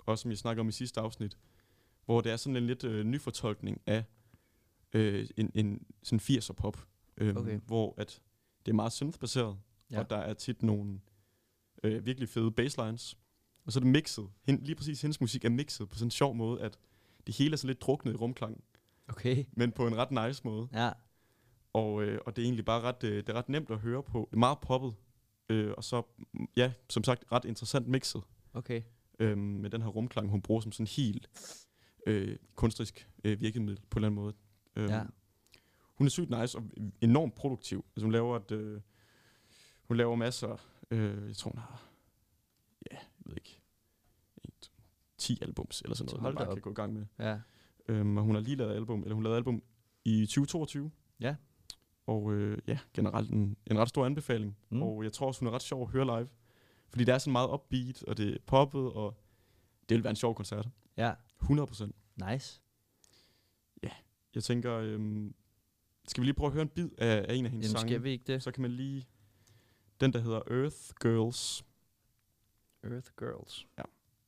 også som jeg snakkede om i sidste afsnit, hvor det er sådan en lidt øh, nyfortolkning af øh, en, en sådan firser pop, øh, Okay. hvor at det er meget synth-baseret, Ja. og der er tit nogle øh, virkelig fede basslines, og så er det mixet. Hen, lige præcis hendes musik er mixet på sådan en sjov måde, at det hele er så lidt druknet i rumklang, Okay. men på en ret nice måde. Ja. Og, øh, og det er egentlig bare ret, øh, det er ret nemt at høre på. Det er meget poppet, øh, og så, mm, ja, som sagt, ret interessant mixet. Okay. Øhm, med den her rumklang, hun bruger som sådan helt øh, kunstnerisk øh, virkemiddel på en eller anden måde. Øhm, Ja. Hun er sygt nice og enormt produktiv. Altså hun laver et, øh, hun laver masser, øh, jeg tror hun har, ja, jeg ved ikke, en, to, ti albums eller sådan noget, Hold hun da bare op. kan gå i gang med. Ja. Øhm, og hun har lige lavet album, eller hun lavede album i tyve toogtyve. Ja. Og øh, ja, generelt en, en ret stor anbefaling. Mm. Mm. Og jeg tror også, hun er ret sjov at høre live. Fordi det er sådan meget upbeat, og det er poppet, og det vil være en sjov koncert. Ja. hundrede procent. Nice. Jeg tænker, øhm, skal vi lige prøve at høre en bid af, af en af hendes Jamen, sange? skal vi ikke det? Så kan man lige... Den, der hedder Earth Girls. Earth Girls. Ja.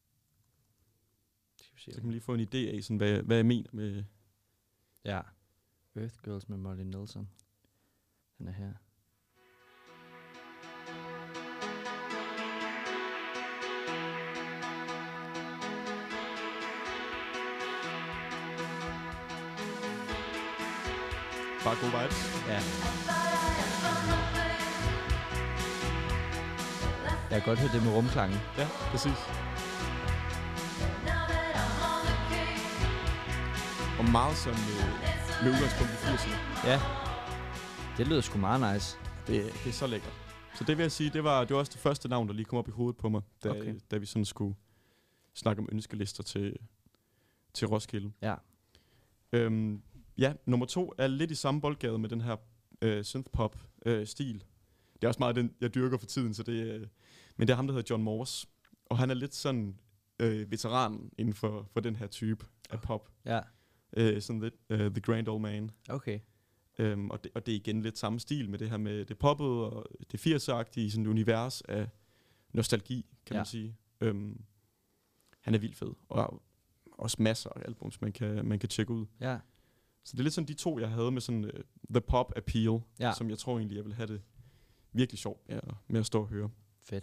Skal vi se. Så kan man lige få en idé af, sådan, hvad, hvad jeg mener med... Ja. Earth Girls med Molly Nelson. Den er her. Bare gode vibes. Ja. Jeg kan godt høre det med rumklangen. Ja, præcis. Og meget som øh, med udgangspunkt i firserne. Ja. Det lyder sgu meget nice. Det, det er så lækkert. Så det vil jeg sige, det var, det var også det første navn, der lige kom op i hovedet på mig, da, Okay. da vi sådan skulle snakke om ønskelister til, til Roskilde. Ja. Øhm, ja, nummer to er lidt i samme boldgade med den her øh, synthpop-stil. Øh, det er også meget den, jeg dyrker for tiden, så det, øh, men det er ham, der hedder John Morse. Og han er lidt sådan øh, veteran inden for, for den her type af pop. Ja. Øh, sådan lidt uh, The Grand Old Man. Okay. Øhm, og, det, og det er igen lidt samme stil med det her med det poppede og det firsagtige sådan et univers af nostalgi, kan Ja. man sige. Øhm, han er vildt fed, og har også masser af albums, man kan, man kan tjekke ud. Ja. Så det er lidt sådan de to, jeg havde med sådan uh, the pop appeal, Ja. som jeg tror egentlig, jeg vil have det virkelig sjovt med, at- med at stå og høre. Fedt.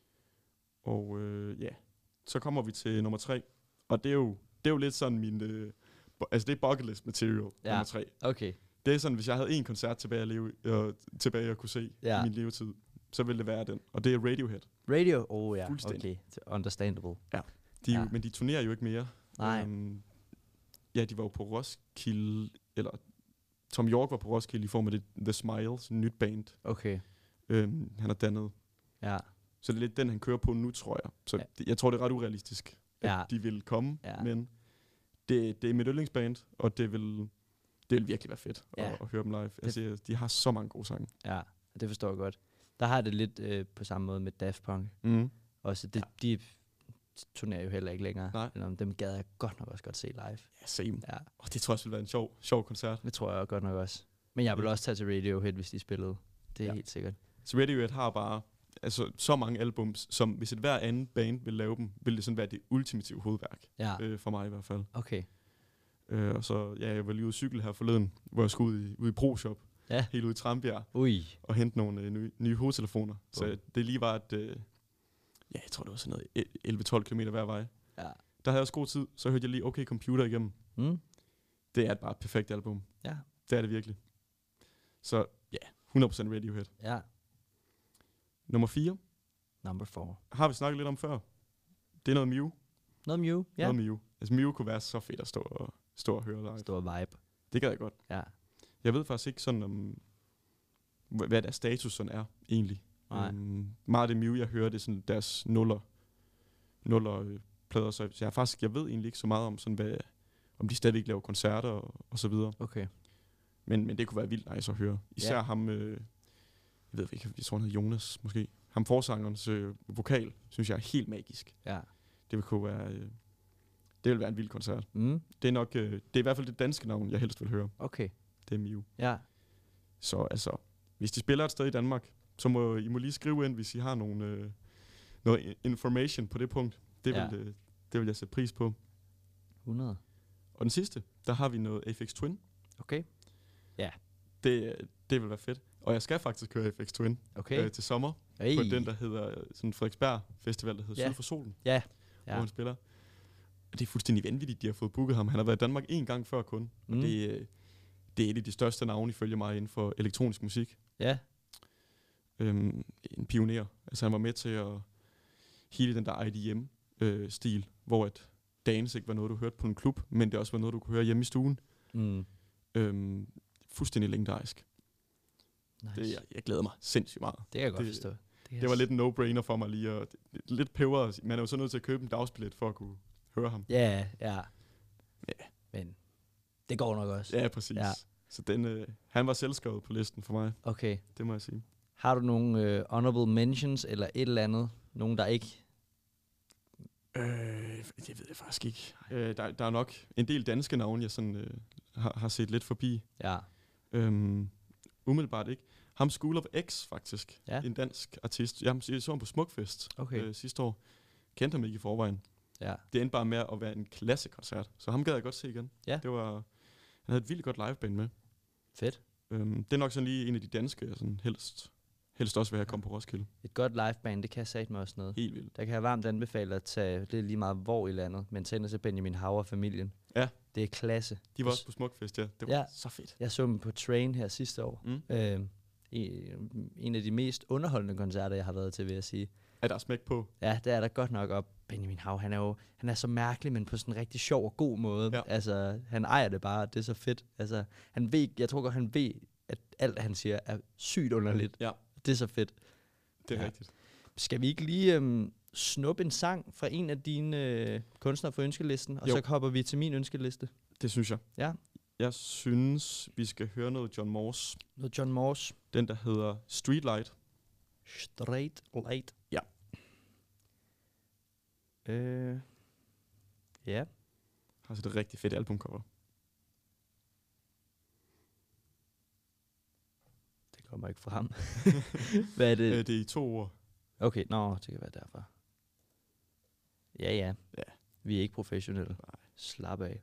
Og øh, ja, så kommer vi til nummer tre, og det er jo, det er jo lidt sådan min, øh, bu- altså det er bucket list material, Ja. nummer tre. Okay. Det er sådan, hvis jeg havde en koncert tilbage at, leve, øh, tilbage at kunne se Ja. i min levetid, så ville det være den. Og det er Radiohead. Radio? Oh ja, Fuldstændig. okay. Understandable. De er Ja. jo, men de turnerer jo ikke mere. Nej. Øhm, ja, de var jo på Roskilde, eller Tom York var på Roskilde i form af det, The Smiles, en nyt band, Okay. øhm, han har dannet. Ja. Så det er lidt den, han kører på nu, tror jeg. Så Ja. det, jeg tror, det er ret urealistisk, at Ja. de vil komme. Ja. Men det, det er mit yndlingsband, og det vil, det vil virkelig være fedt Ja. at, at høre dem live. Altså, de har så mange gode sange. Ja, det forstår jeg godt. Der har jeg det lidt øh, på samme måde med Daft Punk. Mm. Også det, ja. De turnerer jo heller ikke længere. Nej. Eller, dem gad jeg godt nok også godt se live. Ja, same. Ja, Og det tror jeg også vil være en sjov, sjov koncert. det tror jeg godt nok også. Men jeg vil Ja. også tage til Radiohead, hvis de spillede. Det er Ja. ja. helt sikkert. Så Radiohead har bare altså, så mange albums, som hvis et hver andet band vil lave dem, vil det sådan være det ultimative hovedværk. Ja, Øh, for mig i hvert fald. okay. Øh, og så, ja, jeg var lige ude at cykle her forleden, hvor jeg skulle ud i, ud i ProShop, Ja. helt ude i Trambjerg, Ui. og hente nogle øh, nye, nye hovedtelefoner. Så Wow. det lige var et, øh, ja, jeg tror det var sådan noget elleve tolv kilometer hver vej. Ja. Der havde jeg også god tid, så hørte jeg lige OK Computer igennem. Mm. Det er bare et perfekt album. Ja. Det er det virkelig. Så ja, hundrede procent Radiohead. Ja. Nummer fire Number four. har vi snakket lidt om før. Det er noget Mew. Noget Mew. Ja. Noget Mew. Altså Mew kunne være så fedt at stå og, stå og høre live. Stor vibe. Det gad jeg godt. Ja. Jeg ved faktisk ikke sådan om, hva- hvad deres status sådan er, egentlig. Nej. Um, meget af det Mew, jeg hører, det er sådan deres nuller, nuller øh, plader, så jeg, faktisk, jeg ved egentlig ikke så meget om, sådan, hvad, om de stadigvæk laver koncerter og, og så videre. Okay. Men, men det kunne være vildt nice at høre. Især Ja. ham, øh, jeg ved ikke, jeg tror han hedder Jonas måske. Ham forsangerens øh, vokal, synes jeg er helt magisk. Ja. Det vil kunne være, øh, det vil være en vild koncert. Mm. Det er nok, øh, det er i hvert fald det danske navn, jeg helst vil høre. Okay. Det er Mew. Ja. Så altså, hvis de spiller et sted i Danmark, så må I må lige skrive ind, hvis I har nogle, øh, noget i- information på det punkt. Det Ja. vil, øh, Det vil jeg sætte pris på. hundrede. Og den sidste, der har vi noget Aphex Twin. Okay. Ja. Det, det vil være fedt. Og jeg skal faktisk køre Aphex Twin Okay. øh, til sommer. Hey. På den, der hedder øh, sådan Frederiksberg Festival, der hedder Ja. Syd for Solen. Ja. Hvor Ja. han spiller. Og det er fuldstændig vanvittigt, de har fået booket ham. Han har været i Danmark en gang før kun. Mm. Mm. Og det, øh, det er et af de største navne, ifølge mig, inden for elektronisk musik. Ja. Øhm, en pioner. Altså han var med til at hele den der I D M-stil, øh, hvor et dance ikke var noget, du hørte på en klub, men det også var noget, du kunne høre hjemme i stuen. Mm. Øhm, fuldstændig legendarisk. Nice. Det, jeg, jeg glæder mig sindssygt meget. Det kan jeg godt det- forstå. kan Det var jeg lidt en no-brainer for mig lige. Og det, lidt peber. Man er jo så nødt til at købe en dagsbillet for at kunne høre ham. Ja, ja. Ja. Men det går nok også. Ja, præcis. Ja. Ja. Så den, øh, han var selvskrevet på listen for mig. Okay. Det må jeg sige. Har du nogle øh, honorable mentions eller et eller andet? Nogen, der ikke... Øh, det ved jeg faktisk ikke. Øh, der, der er nok en del danske navne, jeg sådan, øh, har, har set lidt forbi. Ja. Øhm, umiddelbart ikke. Ham School of X, faktisk. Ja. En dansk artist. Jeg så ham på Smukfest Okay. øh, sidste år. Kendte ham ikke i forvejen. Ja. Det endte bare med at være en klassekoncert. Så ham gad jeg godt se igen. Ja. Det var, han havde et vildt godt liveband med. Fedt. Øhm, det er nok sådan lige en af de danske, jeg sådan helst, helst også vil have kommet på Roskilde. Et godt liveband, det kan jeg satme også noget. Helt vildt. Der kan jeg varmt anbefale at tage, det er lige meget hvor i landet, men tage ind til Benjamin Hauer-familien. Ja. Det er klasse. De var også på Smukfest, ja. Det var Ja. ja. så fedt. Jeg så dem på Train her sidste år. Mm. Øh, i, en af de mest underholdende koncerter, jeg har været til, vil jeg sige. Er der smæk på? Ja, det er der godt nok. Og Benjamin Hauer, han er jo han er så mærkelig, men på sådan en rigtig sjov og god måde. Ja. Altså, han ejer det bare. Det er så fedt. Altså, han ved, jeg tror godt, han ved, at alt, han siger, er sygt underligt. Ja. Det er så fedt. Det er Ja. ja. rigtigt. Skal vi ikke lige øhm, snuppe en sang fra en af dine øh, kunstnere på ønskelisten, og Jo. så hopper vi til min ønskeliste? Det synes jeg. Ja. Jeg synes, vi skal høre noget John Morse. Noget John Morse. Den, der hedder Streetlight. Straight Light. Ja. Øh, ja. Har så et rigtig fedt albumcover. Det kommer ikke frem. Hvad er det? Øh, det er i to ord. Okay, nå, det kan være derfor. Ja, ja. Ja. Vi er ikke professionelle. Nej. Slap af.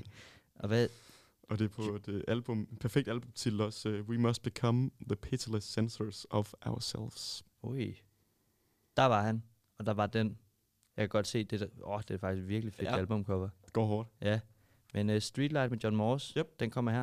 Og hvad? Og det er på et uh, album, en perfekt albumtitel også. Uh, We must become the pitiless censors of ourselves. Ui. Der var han, og der var den. Jeg kan godt se, det, der, åh, det er faktisk virkelig fedt Ja. albumcover. Det går hårdt. Ja. Men uh, Streetlight med John Morse, Yep. den kommer her.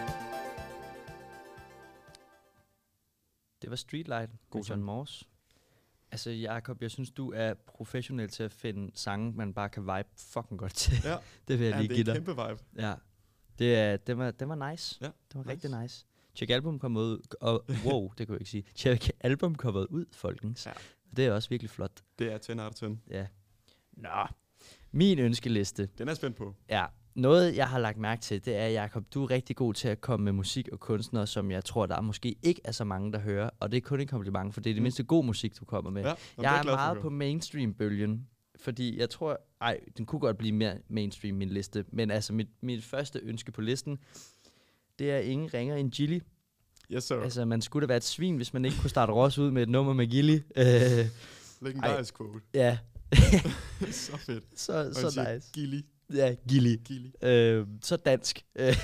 Det var Streetlight God med John sang. Morse. Altså, Jacob, jeg synes, du er professionel til at finde sange, man bare kan vibe fucking godt til. Ja. Det vil jeg Ja, lige det give er dig. en kæmpe vibe. Ja. Det, er, det, var, det var nice. Ja, det var nice. rigtig nice. Tjek album kom ud, og wow, det kunne jeg ikke sige. Tjek album kommet ud, folkens. Ja. Det er også virkelig flot. Det er ti ud af ti. Ja. Nå. Min ønskeliste. Den er jeg spændt på. Ja. Noget, jeg har lagt mærke til, det er, Jacob, du er rigtig god til at komme med musik og kunstnere, som jeg tror, der er måske ikke er så mange, der hører. Og det er kun en kompliment, for det er det Mm. mindste god musik, du kommer med. Ja, Jeg er meget på mainstream-bølgen, fordi jeg tror, ej, den kunne godt blive mere mainstream, min liste. Men altså, mit, mit første ønske på listen, det er ingen ringer end Gilly. Yes, sir. Altså, man skulle da være et svin, hvis man ikke kunne starte Ross ud med et nummer med Gilly. Øh, Legendarisk quote. ja, Så fedt. så, Og han så siger, nice. Gilly. Ja, Gilly. Gilly. Øh, så dansk.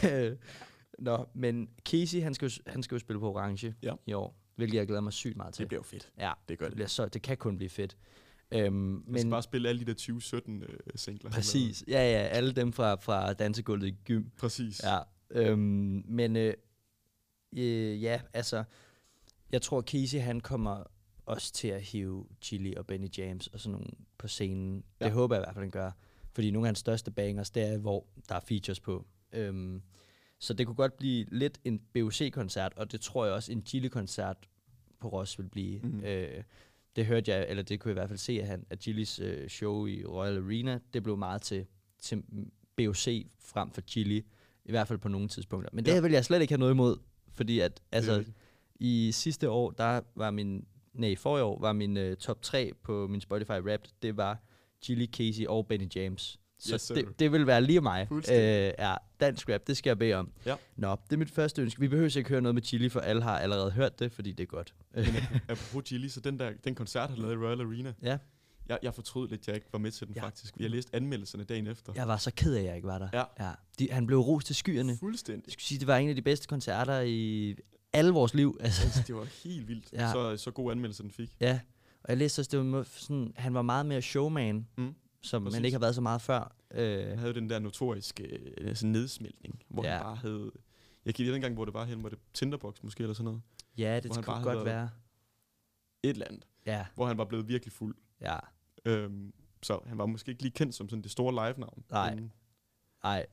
Nå, men Casey, han skal, jo, han skal jo spille på Orange Ja. i år, hvilket jeg glæder mig sygt meget til. Det bliver jo fedt. Ja, Det gør det, det. bliver så, det kan kun blive fedt. Øhm, Men skal men bare spille alle de der tyve sytten øh, singler. han præcis, ja ja, alle dem fra, fra dansegulvet i gym. lavede. Præcis. Ja, øhm, men øh, øh, ja, altså, jeg tror Casey, han kommer også til at hive Chili og Benny James og sådan nogle på scenen. Ja. Det håber jeg i hvert fald, han gør. Fordi nogle af hans største bangers, det er, hvor der er features på. Øhm, så det kunne godt blive lidt en B O C-koncert, og det tror jeg også, en Chili-koncert på Ross vil blive. Mhm. Øh, det hørte jeg, eller det kunne jeg i hvert fald se, at, han, at Chili's øh, show i Royal Arena, det blev meget til, til B O C frem for Chili. I hvert fald på nogle tidspunkter. Men det Ja. vil jeg slet ikke have noget imod, fordi at, Det er altså, rigtigt. i sidste år, der var min, nej, i forrige år, var min uh, top tre på min Spotify Wrapped, det var Chili, Casey og Benny James. Så Yes, sir. det, det vil være lige mig. Fuldstændig. Øh, ja, dansk rap, det skal jeg bede om. Ja. Nå, det er mit første ønske. Vi behøver ikke høre noget med Chili, for alle har allerede hørt det, fordi det er godt. Apropos Gilly, så den der den koncert, han lavede i Royal Arena, Ja, jeg, jeg fortrød lidt, at jeg ikke var med til den Ja. faktisk. Jeg læste anmeldelserne dagen efter. jeg var så ked af, at jeg ikke var der. Ja. Ja. De, han blev rost til skyerne. Jeg Fuldstændig. skulle sige, det var en af de bedste koncerter i alle vores liv. Altså, Det var helt vildt. Ja. Så, så god anmeldelse, den fik. ja, og jeg læste også, det var sådan, han var meget mere showman, Mm. som Præcis. man ikke har været så meget før. Øh, Han havde jo den der notoriske øh, sådan nedsmeltning, hvor Ja. han bare havde... Jeg kan ikke engang, hvor det var hen, var det Tinderbox måske, eller sådan noget. ja, det Hvor han skulle bare godt havde være. Et eller andet, Ja, hvor han var blevet virkelig fuld. ja, Øhm, så han var måske ikke lige kendt som sådan det store live-navn. Nej. Men ej.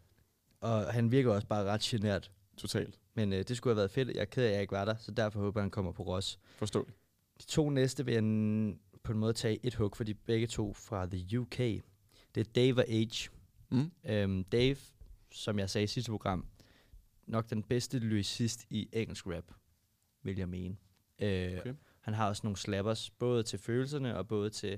Og han virker også bare ret genert. Totalt. Men øh, det skulle have været fedt. Jeg er ked af, at jeg ikke var der, så derfor håber jeg, han kommer på Ross. Forståeligt. De to næste vil jeg n- på en måde tage et hug, for de er begge to fra the U K. Det er Dave og Age. Mm. Øhm, Dave, som jeg sagde i sidste program, nok den bedste lyricist i engelsk rap, vil jeg mene. Øh, Okay. Han har også nogle slappers, både til følelserne og både til,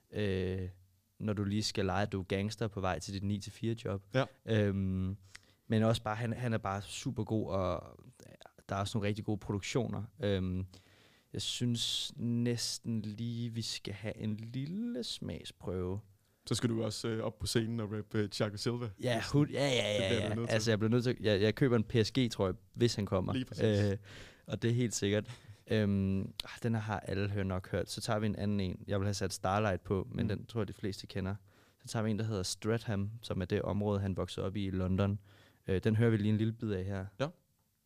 øh, når du lige skal lege, at du er gangster på vej til dit ni til fire job. Ja. Øhm, men også bare, han, han er bare super god, og der er også nogle rigtig gode produktioner. Øhm, jeg synes næsten lige, vi skal have en lille smagsprøve. Så skal du også øh, op på scenen og rappe øh, Thiago Silva. Ja, Hvis- hun, ja, ja, Det ja, bliver du ja. nødt til. Altså, jeg bliver nødt til, jeg, jeg køber en P S G, tror jeg, hvis han kommer. Lige præcis. Øh, og det er helt sikkert. Øhm, ah, den her har alle hørt nok hørt. Så tager vi en anden en. Jeg vil have sat Starlight på, men Mm. den tror jeg, de fleste kender. Så tager vi en, der hedder Stratham, som er det område, han voksede op i i London. Øh, den hører vi lige en lille bid af her. Ja.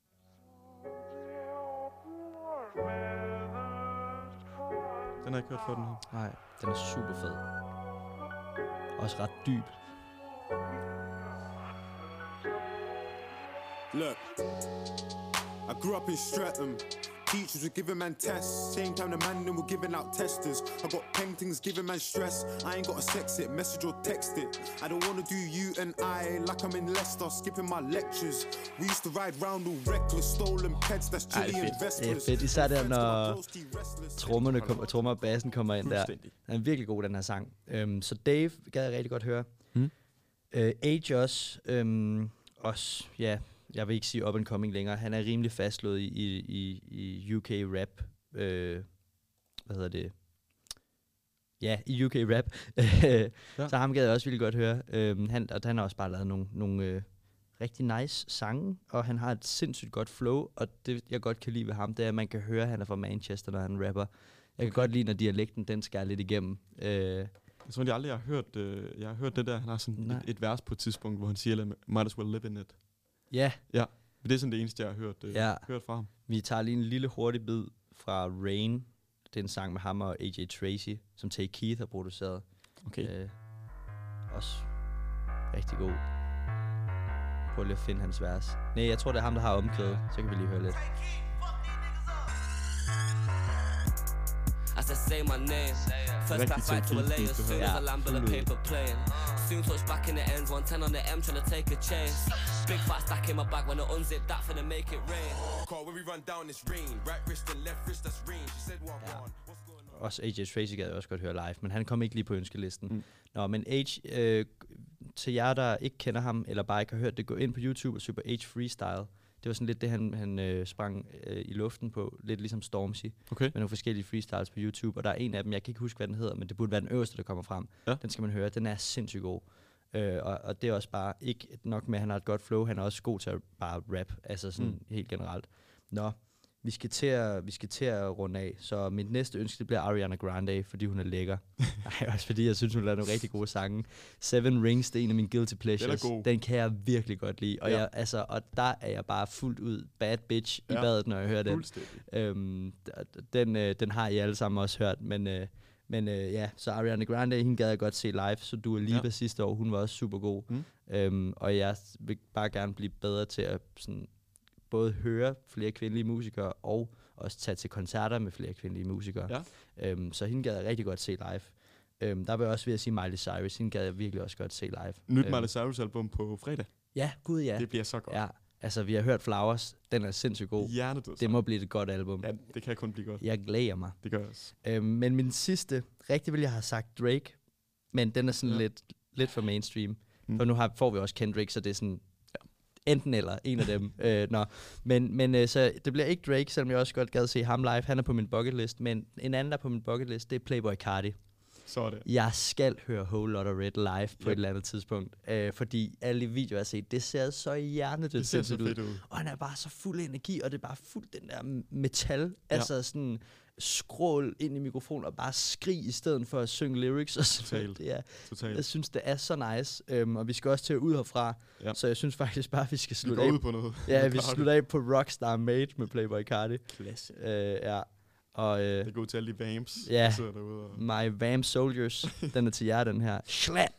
Den har jeg ikke hørt for den her. Nej, den er super fed. Også ret dyb. Look, I grew up in Streatham. Teachers were giving man tests. Same time the man them were giving out testers. I got paintings giving man stress. I ain't gotta sex it, message or text it. I don't wanna do you and I like I'm in Leicester, skipping my lectures. We used to ride round all reckless, stolen pets, that's Ej, det er Chilean fedt. vestlers. Det er fedt, især der, når Trommerne trommerne kommer, trommer og bassen kommer ind der. Fuldstændig. Den er virkelig god, den her sang. Um, så Dave gad jeg rigtig godt høre. Mm. Uh, Age også, um, også, ja, jeg vil ikke sige up and coming længere. Han er rimelig fastslået i, i, i, i U K rap. Uh, hvad hedder det? Ja, i U K rap. ja. Så ham gad jeg også virkelig godt høre. Um, han, og han har også bare lavet nogle, nogle uh, rigtig nice sange, og han har et sindssygt godt flow, og det jeg godt kan lide ved ham, det er, at man kan høre, at han er fra Manchester, når han rapper. Jeg kan godt lide, når dialekten, den skærer lidt igennem. Uh, Jeg tror jeg aldrig, jeg har hørt, øh, jeg har hørt det der. Han har sådan Nej. et, et vers på et tidspunkt, hvor han siger, might as well live in it. ja, Ja, det er sådan det eneste, jeg har hørt, øh, Ja. hørt fra ham. vi tager lige en lille hurtig bid fra Rain, Det er en sang med ham og A J Tracey, som Take Keith har produceret. Okay. Øh, også rigtig god. Prøv lige at finde hans vers. Nej, jeg tror, det er ham, der har omkvædet. Så kan vi lige høre lidt. I said, say my name. First class right to a lane. As soon as I land with a paper plane. Soon touch back in the ends. one ten on the M, trying to take a chance. Big fat stack in my bag when I unzip that finna make it rain. Call when we run down this rain. Right wrist and left wrist, that's rain. She said, what Ja. on? What's going on? Også A J Tracey gad jeg også godt høre live, men han kom ikke lige på ønskelisten. Mm. Nå, men H, øh, til jer, der ikke kender ham, eller bare ikke har hørt det, gå ind på YouTube og søg på H Freestyle. Det var sådan lidt det, han, han øh, sprang øh, i luften på, lidt ligesom Stormzy, Okay. med nogle forskellige freestyles på YouTube, og der er en af dem, jeg kan ikke huske, hvad den hedder, men det burde være den øverste, der kommer frem. Ja. Den skal man høre, den er sindssygt god. Øh, og, og det er også bare ikke nok med, at han har et godt flow, han er også god til at bare rap, altså sådan Mm. helt generelt. Nå, vi skal, til at, vi skal til at runde af, så mit næste ønske, det bliver Ariana Grande, fordi hun er lækker. Nej, også fordi jeg synes, hun laver nogle rigtig gode sange. Seven Rings, det er en af mine guilty pleasures. god. Den kan jeg virkelig godt lide. Og, Ja. jeg, altså, og der er jeg bare fuldt ud bad bitch i Ja. badet, når jeg hører den. Fuldstændig. Øhm, d- den, øh, den har I alle sammen også hørt, men, øh, men øh, ja, så Ariana Grande, hende gad jeg godt se live, så Dua Lipa Ja. sidste år, hun var også super god. Mm. Øhm, og jeg vil bare gerne blive bedre til at sådan, både høre flere kvindelige musikere, og også tage til koncerter med flere kvindelige musikere. Ja. Øhm, så hende gad jeg rigtig godt se live. Øhm, der vil jeg også ved at sige Miley Cyrus, hende gad jeg virkelig også godt se live. Nyt Øhm, Miley Cyrus album på fredag. Ja, gud ja. Det bliver så godt. Ja, altså vi har hørt Flowers, den er sindssygt god. Hjernedød. Det må blive et godt album. Ja, det kan kun blive godt. Jeg glæder mig. Det gør jeg også. Øhm, men min sidste, rigtig ville jeg have sagt Drake, men den er sådan Ja. lidt, lidt for mainstream. Mm. For nu har, får vi også Kendrick, så det er sådan enten eller, en af dem. øh, nå. Men, men øh, så det bliver ikke Drake, selvom jeg også godt gad se ham live. Han er på min bucket list, men en anden, der er på min bucket list, det er Playboi Carti. Så er det. Jeg skal høre Whole Lotta Red live på Yep. et eller andet tidspunkt, øh, fordi alle de videoer, jeg har set, det ser så hjernedødt Det ser så sindssygt fedt ud. og han er bare så fuld af energi, og det er bare fuldt den der metal, ja. Altså sådan skrål ind i mikrofonen og bare skrig i stedet for at synge lyrics og sådan. Totalt. Det er, Totalt. jeg synes, det er så nice, øhm, og vi skal også til at ud herfra, Ja. så jeg synes faktisk bare, at vi skal Vi slutte går af. ud på noget. Ja, vi Carti. slutter af på Rockstar Made med Playboi Carti. Klasse. Øh, ja, og øh, Det er godt til alle de vamps, Ja. der sidder derude. Og My Vamp Soldiers, den er til jer, den her. Slat!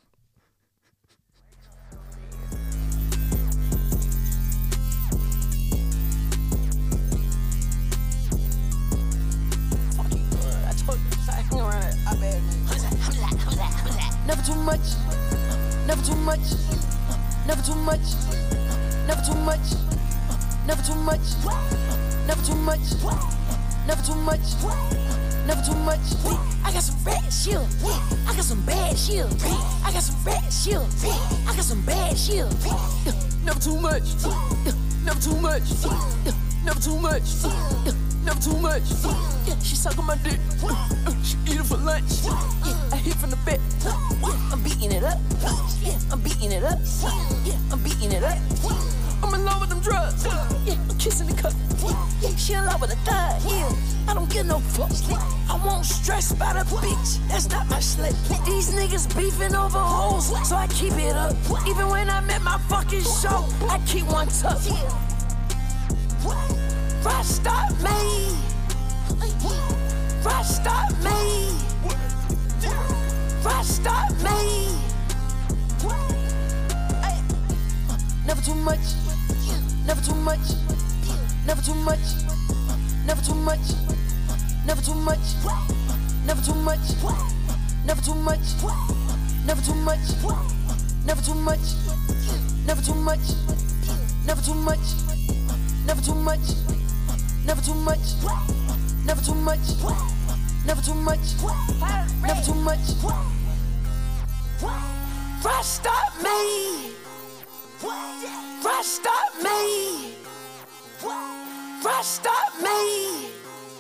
Never too much, never too much, never too much, never too much, never too much, never too much, never too much, never too much. I got some bad shit, I got some bad shit, I got some bad shit, I got some bad shit. Never too much, never too much, never too much, never too much. She suck on my dick, she eat it for lunch. I hit from the back, I'm beating it up, I'm beating it up, I'm beating it up. I'm in love with them drugs, I'm kissing the cup. She in love with a thug, I don't give no fuck. I won't stress about a bitch, that's not my slut. These niggas beefing over hoes, so I keep it up. Even when I'm at my fucking show, I keep one tough. Rockstar made, Rockstar made, Rockstar made. Never too much, never too much, never too much, never too much, never too much, never too much, never too much, never too much, never too much, never too much, never too much, never too much, never too much, never too much, never too much, never too much. Rockstar made, Rockstar made, Rockstar made.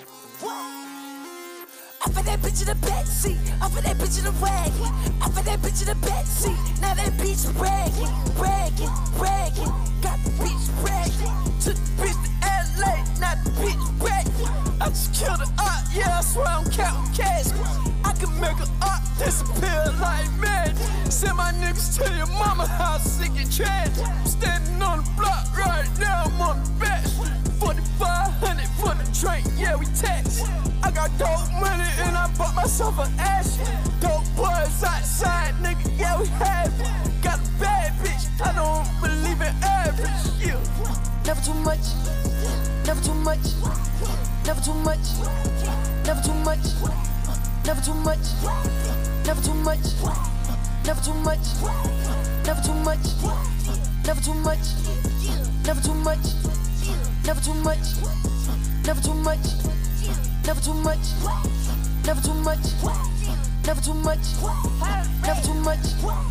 I put that bitch in the backseat, I put that bitch in the wagon, I put that bitch in the backseat. Now that bitch bragging, bragging, bragging. Got the bitch bragging, took the bitch to L A, now the bitch bragging. I just killed an art, yeah, I swear I'm counting cash. I can make an art disappear like magic. Send my niggas to your mama house, sick and trash. I'm standing on the block right now, I'm on the back. forty-five hundred for the drink, yeah, we tax. I got Dope money and I bought myself an ass. Dope boys outside, nigga, yeah, we have it. Got a bad bitch, I don't believe in average, yeah. Never too much, never too much, never too much, never too much, never too much, never too much, never too much, never too much, never too much, never too much, never too much, never too much, never too much, never too much, never too much, never too much.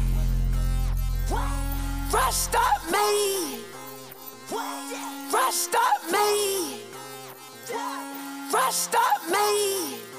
Rest up me, rest up me, rest up me.